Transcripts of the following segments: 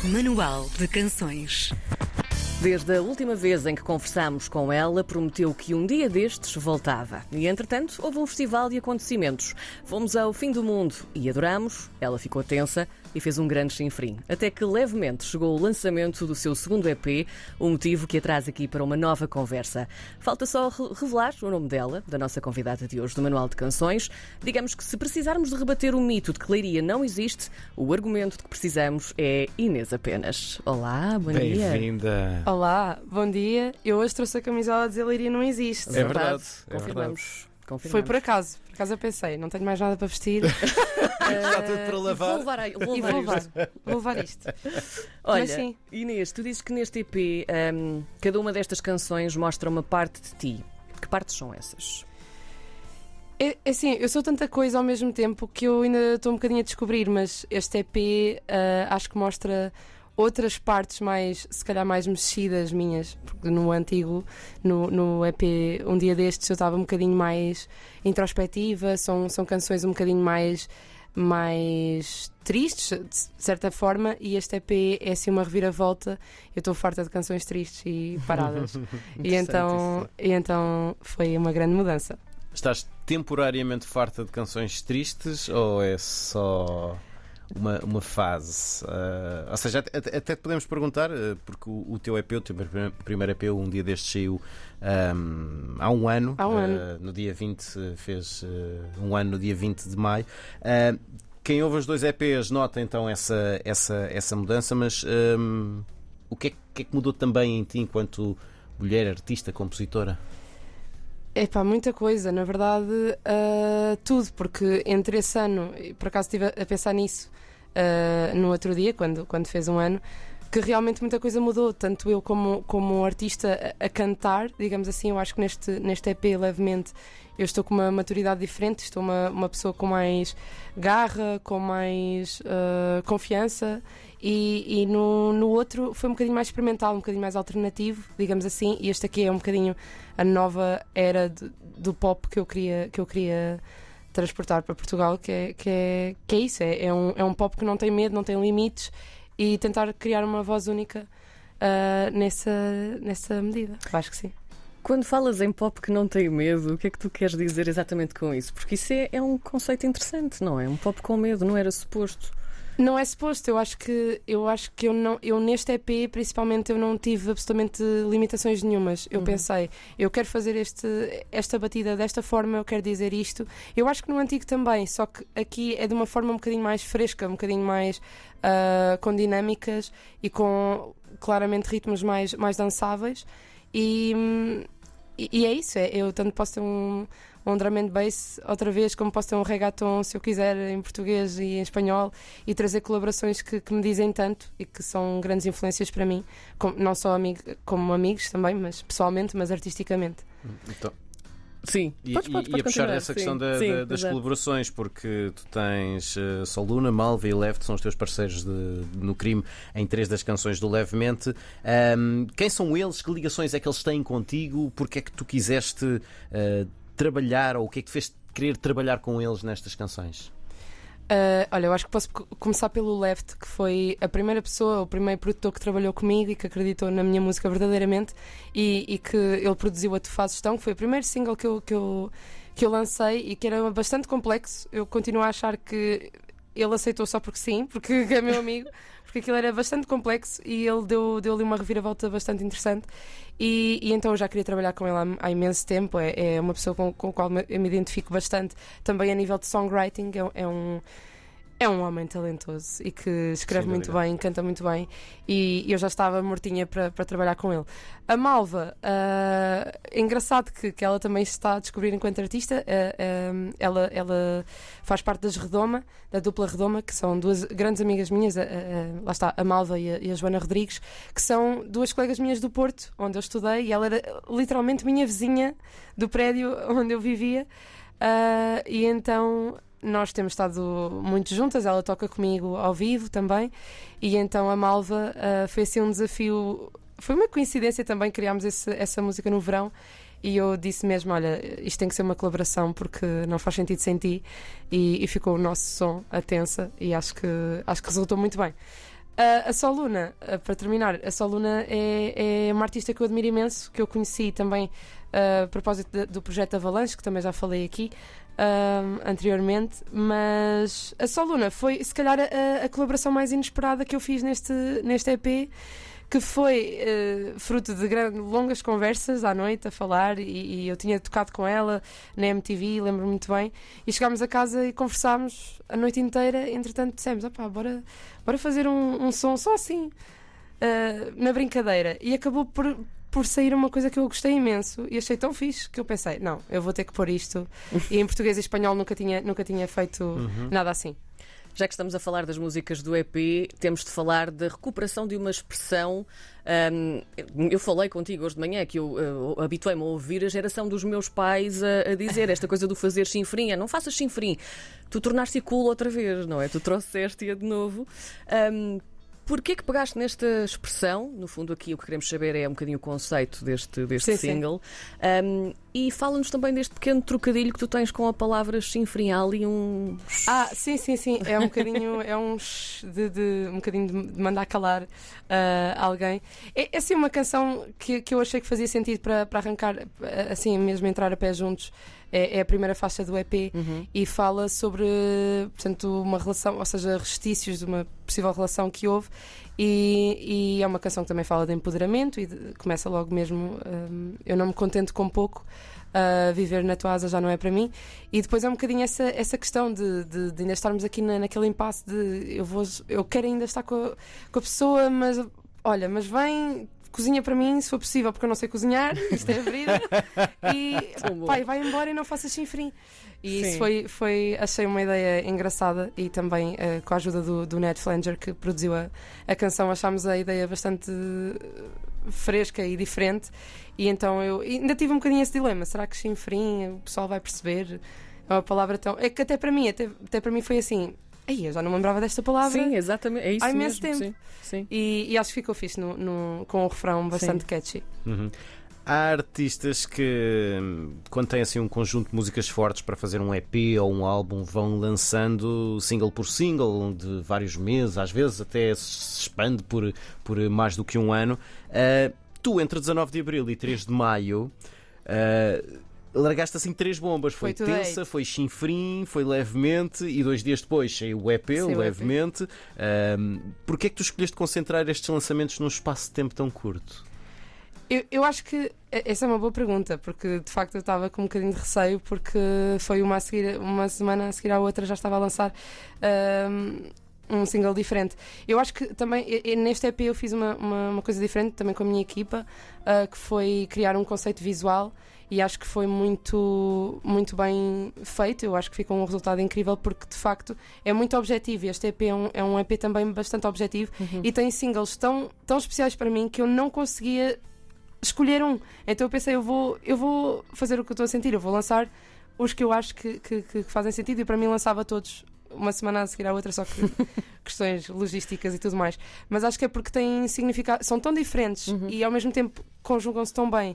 Manual de Canções. Desde a última vez em que conversámos com ela, prometeu que um dia destes voltava. E, entretanto, houve um festival de acontecimentos. Fomos ao fim do mundo e adorámos. Ela ficou tensa e fez um grande chinfrim. Até que, levemente, chegou o lançamento do seu segundo EP, o motivo que a traz aqui para uma nova conversa. Falta só revelar o nome dela, da nossa convidada de hoje do Manual de Canções. Digamos que, se precisarmos de rebater o mito de que Leiria não existe, o argumento de que precisamos é Inês apenas. Olá, bom dia. Bem-vinda. Olá, bom dia. Eu hoje trouxe a camisola a dizer Leiria não existe. É verdade. Confirmamos. Foi por acaso. Por acaso eu pensei, não tenho mais nada para vestir. Está tudo para lavar. Vou levar isto. Olha, Mas sim. Inês, tu dizes que neste EP cada uma destas canções mostra uma parte de ti. Que partes são essas? É assim, eu sou tanta coisa ao mesmo tempo que eu ainda estou um bocadinho a descobrir, mas este EP acho que mostra outras partes mais, se calhar mais mexidas minhas, porque no antigo, no EP Um Dia Destes, eu estava um bocadinho mais introspectiva, são canções um bocadinho mais tristes, de certa forma, e este EP é assim uma reviravolta. Eu estou farta de canções tristes e paradas. e então foi uma grande mudança. Estás temporariamente farta de canções tristes ou é só uma fase? Ou seja, até podemos perguntar, porque o teu EP, o teu primeiro EP, Um Dia Destes, saiu há um ano. No dia 20, fez um ano no dia 20 de maio. Quem ouve os dois EPs nota então essa mudança, mas o que é que mudou também em ti enquanto mulher, artista, compositora? Epá, muita coisa, na verdade, tudo, porque entre esse ano, por acaso estive a pensar nisso no outro dia, quando fez um ano, que realmente muita coisa mudou, tanto eu como artista a cantar, digamos assim. Eu acho que neste EP, levemente, eu estou com uma maturidade diferente, estou uma pessoa com mais garra, com mais confiança, e no outro foi um bocadinho mais experimental, um bocadinho mais alternativo, digamos assim, e este aqui é um bocadinho a nova era do pop que eu queria transportar para Portugal, que é isso, é um pop que não tem medo, não tem limites, e tentar criar uma voz única nessa medida. Eu acho que sim. Quando falas em pop que não tem medo, o que é que tu queres dizer exatamente com isso? Porque isso é um conceito interessante, não é? Um pop com medo, não era suposto. Não é suposto. Eu acho que eu neste EP, principalmente, eu não tive absolutamente limitações nenhumas. Eu pensei, eu quero fazer esta batida desta forma, eu quero dizer isto. Eu acho que no antigo também, só que aqui é de uma forma um bocadinho mais fresca, um bocadinho mais com dinâmicas e com claramente ritmos mais dançáveis. E é isso, eu tanto posso ter um drum and bass outra vez, como posso ter um reggaeton, se eu quiser, em português e em espanhol, e trazer colaborações que me dizem tanto e que são grandes influências para mim, não só como amigos também, mas pessoalmente, mas artisticamente. Então, sim, e a puxar dessa questão das colaborações, porque tu tens Soluna, Malva e Left, são os teus parceiros no Crime em 3 das canções do Levemente. Quem são eles? Que ligações é que eles têm contigo? Porque é que tu quiseste trabalhar, ou o que é que te fez querer trabalhar com eles nestas canções? Olha, eu acho que posso começar pelo Left, que foi a primeira pessoa, o primeiro produtor que trabalhou comigo e que acreditou na minha música verdadeiramente, e que ele produziu a Tu Fazes Tão, que foi o primeiro single que eu lancei e que era bastante complexo. Eu continuo a achar que ele aceitou só porque sim, porque é meu amigo, porque aquilo era bastante complexo e ele deu-lhe uma reviravolta bastante interessante. E então eu já queria trabalhar com ele há imenso tempo. É uma pessoa com a qual eu me identifico bastante, também a nível de songwriting. É um homem talentoso e que escreve muito bem, canta muito bem, e eu já estava mortinha para trabalhar com ele. A Malva, é engraçado que ela também se está a descobrir enquanto artista. Ela faz parte das Redoma, da dupla Redoma, que são 2 grandes amigas minhas, lá está, a Malva e a Joana Rodrigues, que são 2 colegas minhas do Porto, onde eu estudei, e ela era literalmente minha vizinha do prédio onde eu vivia, e então nós temos estado muito juntas. Ela toca comigo ao vivo também, e então a Malva foi assim um desafio. Foi uma coincidência também, criámos essa música no verão, e eu disse mesmo, olha, isto tem que ser uma colaboração porque não faz sentido sem ti, e ficou o nosso som a tensa, e acho que resultou muito bem. A Soluna, para terminar, a Soluna é uma artista que eu admiro imenso, que eu conheci também a propósito do projeto Avalanche, que também já falei aqui anteriormente, mas a Soluna foi se calhar a colaboração mais inesperada que eu fiz neste EP, que foi fruto de longas conversas à noite a falar, e eu tinha tocado com ela na MTV, lembro-me muito bem, e chegámos a casa e conversámos a noite inteira. Entretanto dissemos, bora fazer um som só assim, na brincadeira, e acabou por sair uma coisa que eu gostei imenso e achei tão fixe que eu pensei, não, eu vou ter que pôr isto. E em português e espanhol nunca tinha feito nada assim. Já que estamos a falar das músicas do EP, temos de falar da recuperação de uma expressão. Eu falei contigo hoje de manhã que eu habituei-me a ouvir a geração dos meus pais a dizer esta coisa do fazer chinfrim. Não faças chinfrim. Tu tornaste cool outra vez, não é? Tu trouxeste-a de novo. Porquê que pegaste nesta expressão? No fundo, aqui o que queremos saber é um bocadinho o conceito deste sim, single. E fala-nos também deste pequeno trocadilho que tu tens com a palavra chinfrim. Há ali um... sim. É um bocadinho, um bocadinho de mandar calar alguém. É assim uma canção que eu achei que fazia sentido para arrancar, assim mesmo entrar a pé juntos. É a primeira faixa do EP e fala sobre, portanto, uma relação, ou seja, restícios de uma possível relação que houve, e é uma canção que também fala de empoderamento e começa logo mesmo, eu não me contento com pouco, viver na tua asa já não é para mim, e depois é um bocadinho essa questão de ainda estarmos aqui naquele impasse de eu quero ainda estar com a pessoa, mas olha, mas vem... Cozinha para mim, se for possível, porque eu não sei cozinhar, isto é a vida, e vai embora e não faças chinfrim. E isso achei uma ideia engraçada, e também com a ajuda do Ned Flanger, que produziu a canção, achámos a ideia bastante fresca e diferente, e então eu ainda tive um bocadinho esse dilema: será que chinfrim o pessoal vai perceber? É uma palavra tão... É que até para mim foi assim... eu já não me lembrava desta palavra. Sim, exatamente. É isso há imenso tempo. Sim. E acho que ficou fixe com um refrão bastante catchy. Há artistas que, quando têm assim um conjunto de músicas fortes para fazer um EP ou um álbum, vão lançando single por single de vários meses, às vezes até se expande por mais do que um ano. Tu, entre 19 de Abril e 3 de Maio... largaste assim 3 bombas. Foi Tensa, foi Chinfrim, foi Levemente, e 2 dias depois saiu o EP, o Levemente. Porquê é que tu escolheste concentrar estes lançamentos num espaço de tempo tão curto? Eu acho que essa é uma boa pergunta, porque de facto eu estava com um bocadinho de receio, porque foi uma semana a seguir à outra já estava a lançar um single diferente. Eu acho que também neste EP eu fiz uma coisa diferente também com a minha equipa, que foi criar um conceito visual, e acho que foi muito, muito bem feito. Eu acho que ficou um resultado incrível, porque de facto é muito objetivo, e este EP é um EP também bastante objetivo, e tem singles tão especiais para mim que eu não conseguia escolher um. Então eu pensei, eu vou fazer o que eu estou a sentir, eu vou lançar os que eu acho que fazem sentido, e para mim lançava todos uma semana a seguir à outra, só que questões logísticas e tudo mais. Mas acho que é porque têm significado, são tão diferentes e ao mesmo tempo conjugam-se tão bem.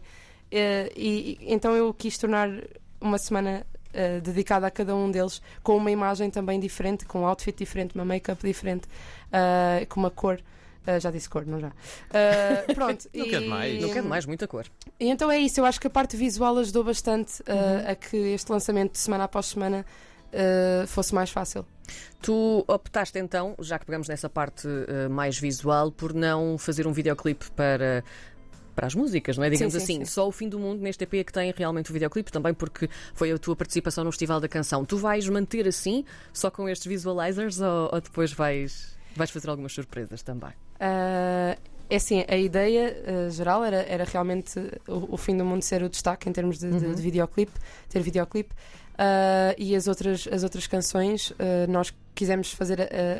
E então eu quis tornar uma semana dedicada a cada um deles, com uma imagem também diferente, com um outfit diferente, uma make-up diferente, com uma cor. Já disse cor, não já? Pronto. Não quero mais. Não quero mais, muita cor. E então é isso. Eu acho que a parte visual ajudou bastante a que este lançamento, semana após semana, fosse mais fácil. Tu optaste então, já que pegamos nessa parte mais visual, por não fazer um videoclipe para as músicas, não é? Digamos sim. Só o Fim do Mundo neste EP é que tem realmente o videoclipe, também porque foi a tua participação no Festival da Canção. Tu vais manter assim, só com estes visualizers, ou depois vais fazer algumas surpresas também? É assim, a ideia geral era realmente o Fim do Mundo ser o destaque em termos de videoclipe, ter videoclipe. E as outras canções nós quisemos fazer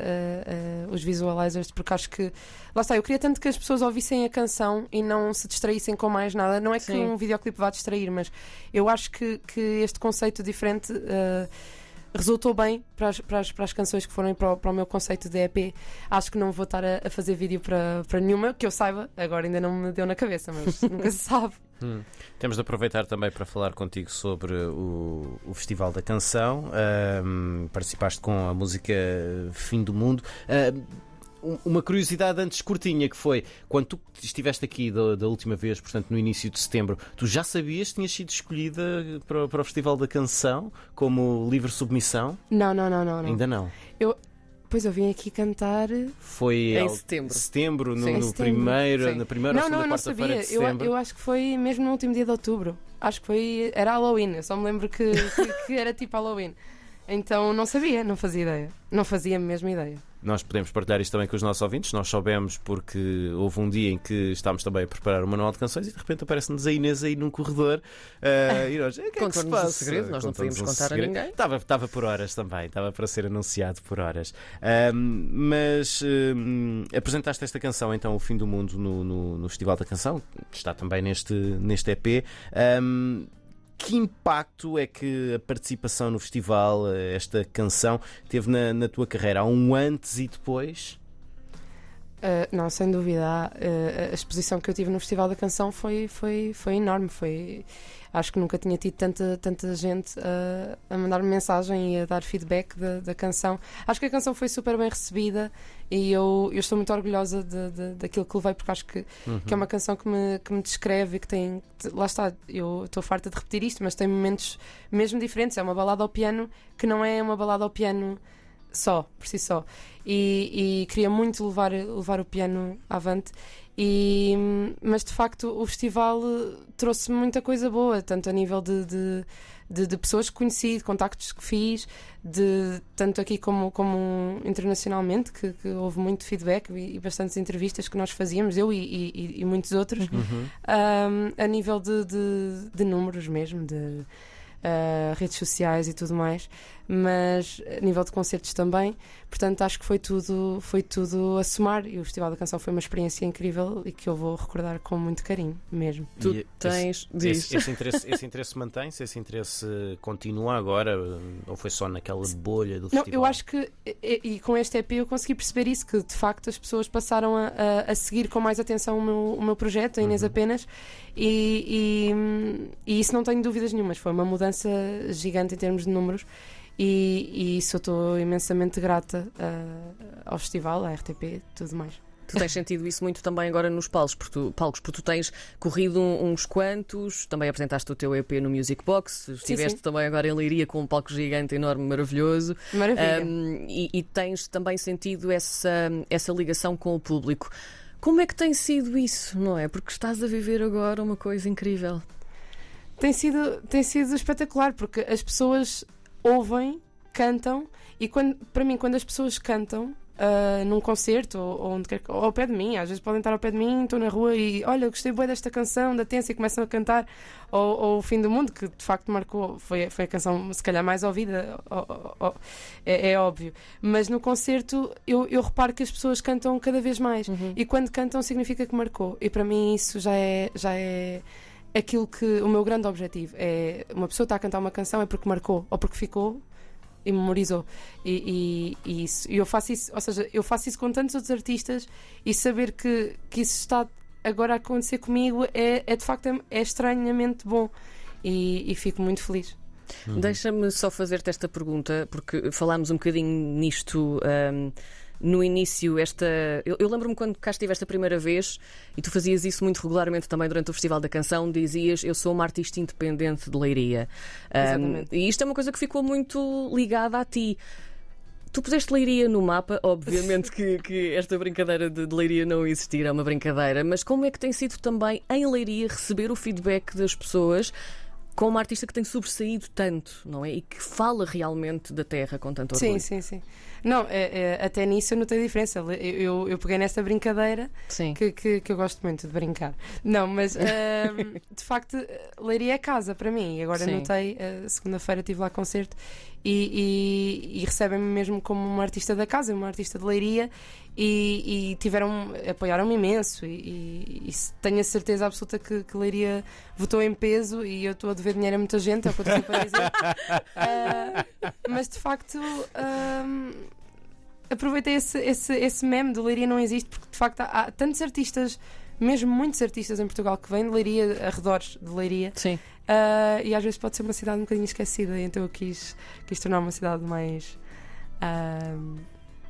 os visualizers, porque acho que, lá está, eu queria tanto que as pessoas ouvissem a canção e não se distraíssem com mais nada. Não é que um videoclipe vá distrair, mas eu acho que este conceito diferente resultou bem para as canções que foram para o meu conceito de EP. Acho que não vou estar a fazer vídeo para nenhuma, que eu saiba. Agora ainda não me deu na cabeça, mas nunca se sabe. Temos de aproveitar também para falar contigo sobre o Festival da Canção. Participaste com a música Fim do Mundo. uma curiosidade antes curtinha, que foi, quando tu estiveste aqui da última vez, portanto no início de setembro, tu já sabias que tinhas sido escolhida para o Festival da Canção como livre submissão? Não. Ainda não. Pois eu vim aqui cantar. Foi em setembro, Sim. na primeira ou segunda Não quarta-feira de sabia. setembro. Eu acho que foi mesmo no último dia de outubro. Acho que era Halloween. Eu só me lembro que era tipo Halloween. Então não sabia, não fazia ideia. Não fazia mesmo ideia. Nós podemos partilhar isto também com os nossos ouvintes. Nós soubemos porque houve um dia em que estávamos também a preparar o manual de canções e de repente aparece-nos a Inês aí num corredor e nós, o que é que se passa? Um segredo, nós não podíamos contar a ninguém. Estava por horas também, estava para ser anunciado por horas. Apresentaste esta canção, então, O Fim do Mundo, no Festival da Canção, que está também neste EP. Que impacto é que a participação no festival, esta canção, teve na tua carreira? Há um antes e depois? Não, sem dúvida. A exposição que eu tive no Festival da Canção foi enorme. Acho que nunca tinha tido tanta gente a mandar-me mensagem e a dar feedback da canção. Acho que a canção foi super bem recebida e eu estou muito orgulhosa daquilo que levei, porque acho que é uma canção que me descreve e que tem. Lá está, eu estou farta de repetir isto, mas tem momentos mesmo diferentes. É uma balada ao piano que não é uma balada ao piano só, por si só. E queria muito levar o piano avante. Mas de facto o festival trouxe muita coisa boa, tanto a nível de pessoas que conheci, de contactos que fiz, tanto aqui como internacionalmente, que houve muito feedback e bastantes entrevistas que nós fazíamos, eu e muitos outros, a nível de números mesmo, de redes sociais e tudo mais, mas a nível de concertos também. Portanto, acho que foi tudo a somar, e o Festival da Canção foi uma experiência incrível e que eu vou recordar com muito carinho mesmo. Tu tens esse interesse mantém-se? Esse interesse continua agora? Ou foi só naquela bolha do festival? Não, eu acho que, e com este EP eu consegui perceber isso, que de facto as pessoas passaram a seguir com mais atenção o meu projeto, a Inês Apenas, e isso não tenho dúvidas nenhumas. Foi uma mudança gigante em termos de números. E isso eu estou imensamente grata ao festival, à RTP, tudo mais. Tu tens sentido isso muito também agora nos palcos, porque tu tens corrido uns quantos, também apresentaste o teu EP no Music Box, estiveste também agora em Leiria com um palco gigante, enorme, maravilhoso. Maravilha. E tens também sentido essa ligação com o público. Como é que tem sido isso, não é? Porque estás a viver agora uma coisa incrível. Tem sido espetacular, porque as pessoas ouvem, cantam, e para mim, quando as pessoas cantam num concerto ou onde quer, ou ao pé de mim, às vezes podem estar ao pé de mim, estou na rua e olha, eu gostei bem desta canção da Tensa, e começam a cantar, ou O Fim do Mundo, que de facto marcou, foi a canção se calhar mais ouvida, é óbvio, mas no concerto eu reparo que as pessoas cantam cada vez mais, e quando cantam significa que marcou, e para mim isso já é aquilo que o meu grande objetivo é. Uma pessoa está a cantar uma canção é porque marcou ou porque ficou e memorizou, e isso, e eu faço isso, ou seja, eu faço isso com tantos outros artistas, e saber que isso está agora a acontecer comigo é de facto estranhamente bom, e fico muito feliz. Deixa-me só fazer-te esta pergunta, porque falámos um bocadinho nisto no início. Eu lembro-me quando cá estiveste a primeira vez, e tu fazias isso muito regularmente também durante o Festival da Canção, dizias: eu sou uma artista independente de Leiria. E isto é uma coisa que ficou muito ligada a ti. Tu puseste Leiria no mapa, obviamente que esta brincadeira de Leiria não existir é uma brincadeira, mas como é que tem sido também em Leiria receber o feedback das pessoas com uma artista que tem sobressaído tanto, não é? E que fala realmente da terra com tanto orgulho. Sim. Não, até nisso eu notei a diferença. Eu peguei nesta brincadeira que eu gosto muito de brincar. Não, mas de facto Leiria é casa para mim. E agora notei, segunda-feira estive lá a concerto e recebem-me mesmo como uma artista da casa, uma artista de Leiria, e apoiaram-me imenso, e tenho a certeza absoluta que Leiria votou em peso, e eu estou a dever dinheiro a muita gente, é o que eu estou sempre a dizer. Mas de facto aproveitei esse meme de Leiria não existe, porque de facto há tantos artistas, mesmo muitos artistas em Portugal, que vêm de Leiria, arredores de Leiria. Sim. E às vezes pode ser uma cidade um bocadinho esquecida, então eu quis tornar uma cidade mais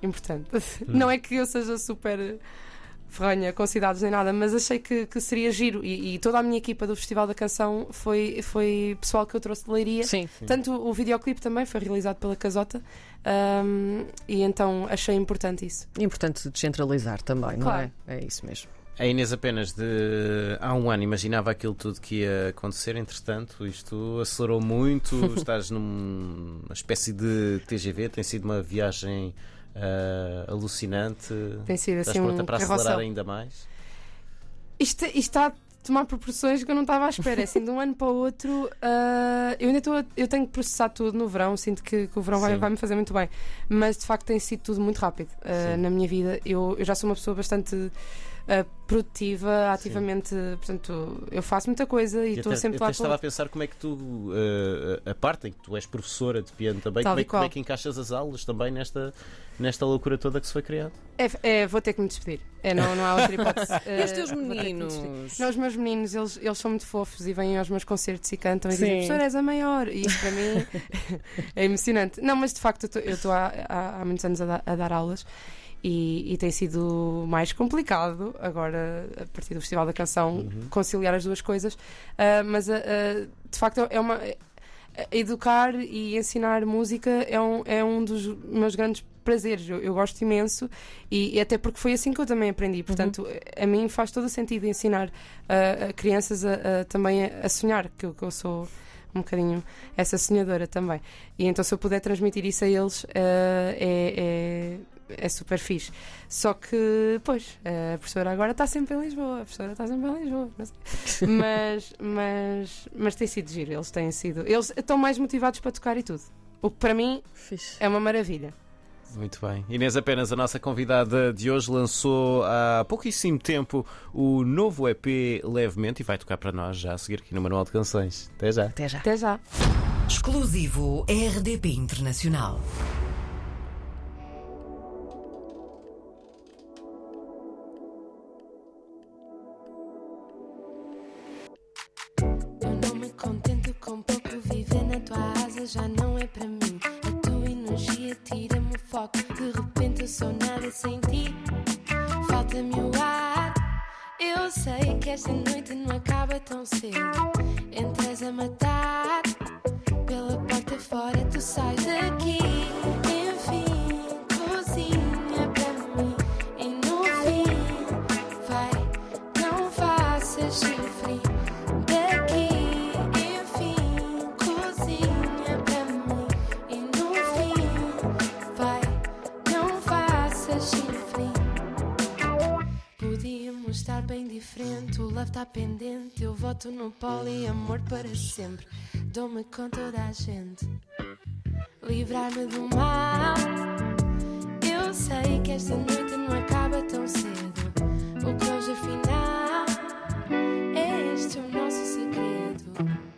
importante. Não é que eu seja super ferranha com cidades nem nada, mas achei que seria giro. E toda a minha equipa do Festival da Canção foi pessoal que eu trouxe de Leiria. Sim. Tanto o videoclipe também foi realizado pela Casota, e então achei importante isso. Importante descentralizar também, não Claro. é? É isso mesmo. A Inês apenas há um ano imaginava aquilo tudo que ia acontecer, entretanto isto acelerou muito, estás numa espécie de TGV, tem sido uma viagem alucinante. Tem sido Estás assim pronta um para carrossel. acelerar ainda mais? Isto está a tomar proporções que eu não estava à espera. Assim, de um ano para o outro, eu tenho que processar tudo no verão. Sinto que o verão vai me fazer muito bem. Mas de facto tem sido tudo muito rápido na minha vida. Eu já sou uma pessoa bastante produtiva, ativamente. Portanto, eu faço muita coisa e estou sempre eu lá. estava a pensar como é que tu, a parte em que tu és professora de piano também, Tal como e é qual. que encaixas as aulas também nesta loucura toda que se foi criada? Vou ter que me despedir. Não há outra hipótese. E os teus Vou ter que me meninos? despedir. Não, os meus meninos, eles são muito fofos e vêm aos meus concertos e cantam e Sim. dizem: professora, és a maior. E isso para mim é emocionante. Não, mas de facto eu estou há muitos anos a dar aulas. E tem sido mais complicado agora, a partir do Festival da Canção, conciliar as duas coisas. Mas de facto educar e ensinar música é um dos meus grandes prazeres. Eu gosto imenso e até porque foi assim que eu também aprendi. Portanto, a mim faz todo o sentido ensinar a crianças também a sonhar, que eu sou um bocadinho essa sonhadora também. E então, se eu puder transmitir isso a eles, é super fixe. Só que, pois, a professora agora está sempre em Lisboa. Não sei. Mas tem sido giro. Eles estão mais motivados para tocar e tudo. O que para mim é uma maravilha. Muito bem. Inês Apenas, a nossa convidada de hoje, lançou há pouquíssimo tempo o novo EP Levemente e vai tocar para nós já a seguir aqui no Manual de Canções. Até já. Até já. Até já. Exclusivo RDP Internacional. Eu não me contento com pouco, viver na tua asa já não é para mim. A tua energia tira-me o foco, de repente eu sou nada sem ti. Falta-me o ar, eu sei que esta noite não acaba tão cedo. Entras a matar, pela porta fora tu sais daqui. Enfim, cozinha para mim e no fim vai, não faças sofrer. Daqui, enfim, cozinha para mim e no fim vai, não faças sofrer. Podíamos estar bem diferente, o love está pendente. Eu voto no poliamor para sempre. Dou-me com toda a gente, livrar-me do mal. Eu sei que esta noite não acaba tão cedo. O close afinal é este o nosso segredo.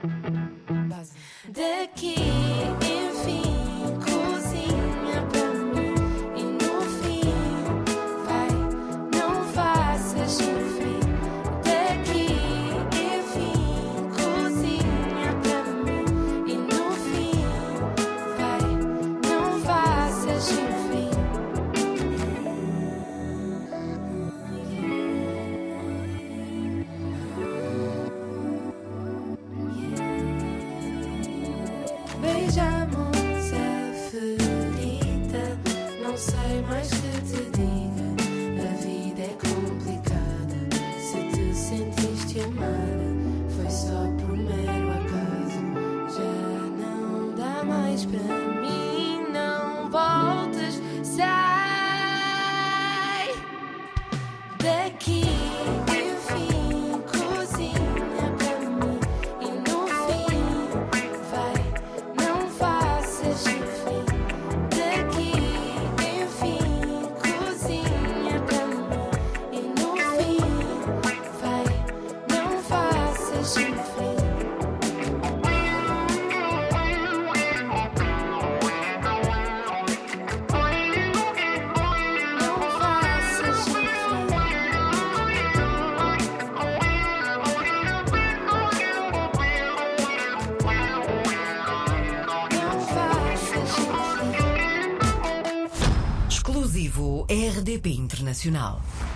Daqui, enfim, cozinha para mim e no fim vai, não faças sofrer. Daqui, enfim, cozinha para mim e no fim vai, não faças sofrer. Beijamos a ferida, não sei mais que te diga. A vida é complicada, se te sentiste amada, foi só por mero acaso. Já não dá mais para mim, não voltes, sai daqui. Enfim, cozinha para mim e no fim vai, não faças sofrer. Daqui, enfim, cozinha para mim e no fim vai, não faças sofrer. Não faças sofrer. Internacional.